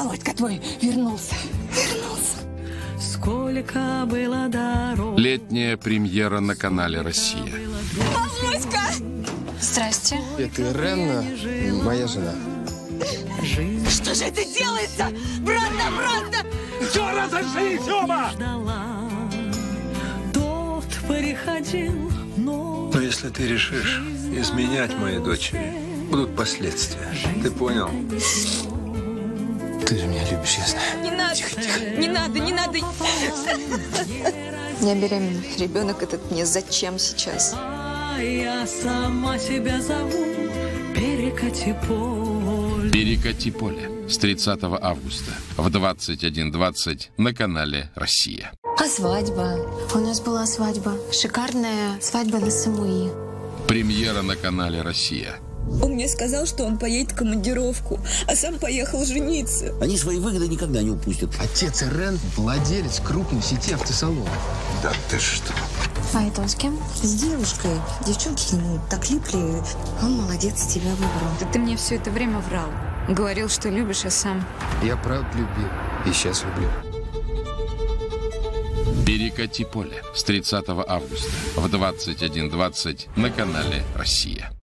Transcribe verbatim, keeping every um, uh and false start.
Володька твой вернулся. Вернулся. Сколько было дорог. Летняя премьера на канале «Россия». Володька! Здрасте. Это Ирена, моя жена. Что же это делается? Брата, брата! Все, разошлись оба! Тот приходил, но... Но если ты решишь изменять моей дочери, будут последствия. Ты понял? Ты же меня любишь, я знаю. Не надо, тихо, тихо. не надо, не надо. Я беременна. Ребенок этот мне зачем сейчас? А я сама себя зову. Перекати поле. «Перекати поле» с тридцатого августа в двадцать один двадцать на канале «Россия». А свадьба? У нас была свадьба. Шикарная свадьба на Самуи. Премьера на канале «Россия». Он мне сказал, что он поедет в командировку, а сам поехал жениться. Они свои выгоды никогда не упустят. Отец Ирен – владелец крупной сети автосалонов. Да ты что? А это он с кем? С девушкой. Девчонки ему так липли. Он молодец, тебя выбрал. Да ты мне все это время врал. Говорил, что любишь, а сам... Я правда любил и сейчас люблю. «Перекати поле» с тридцатого августа в двадцать один двадцать на канале «Россия».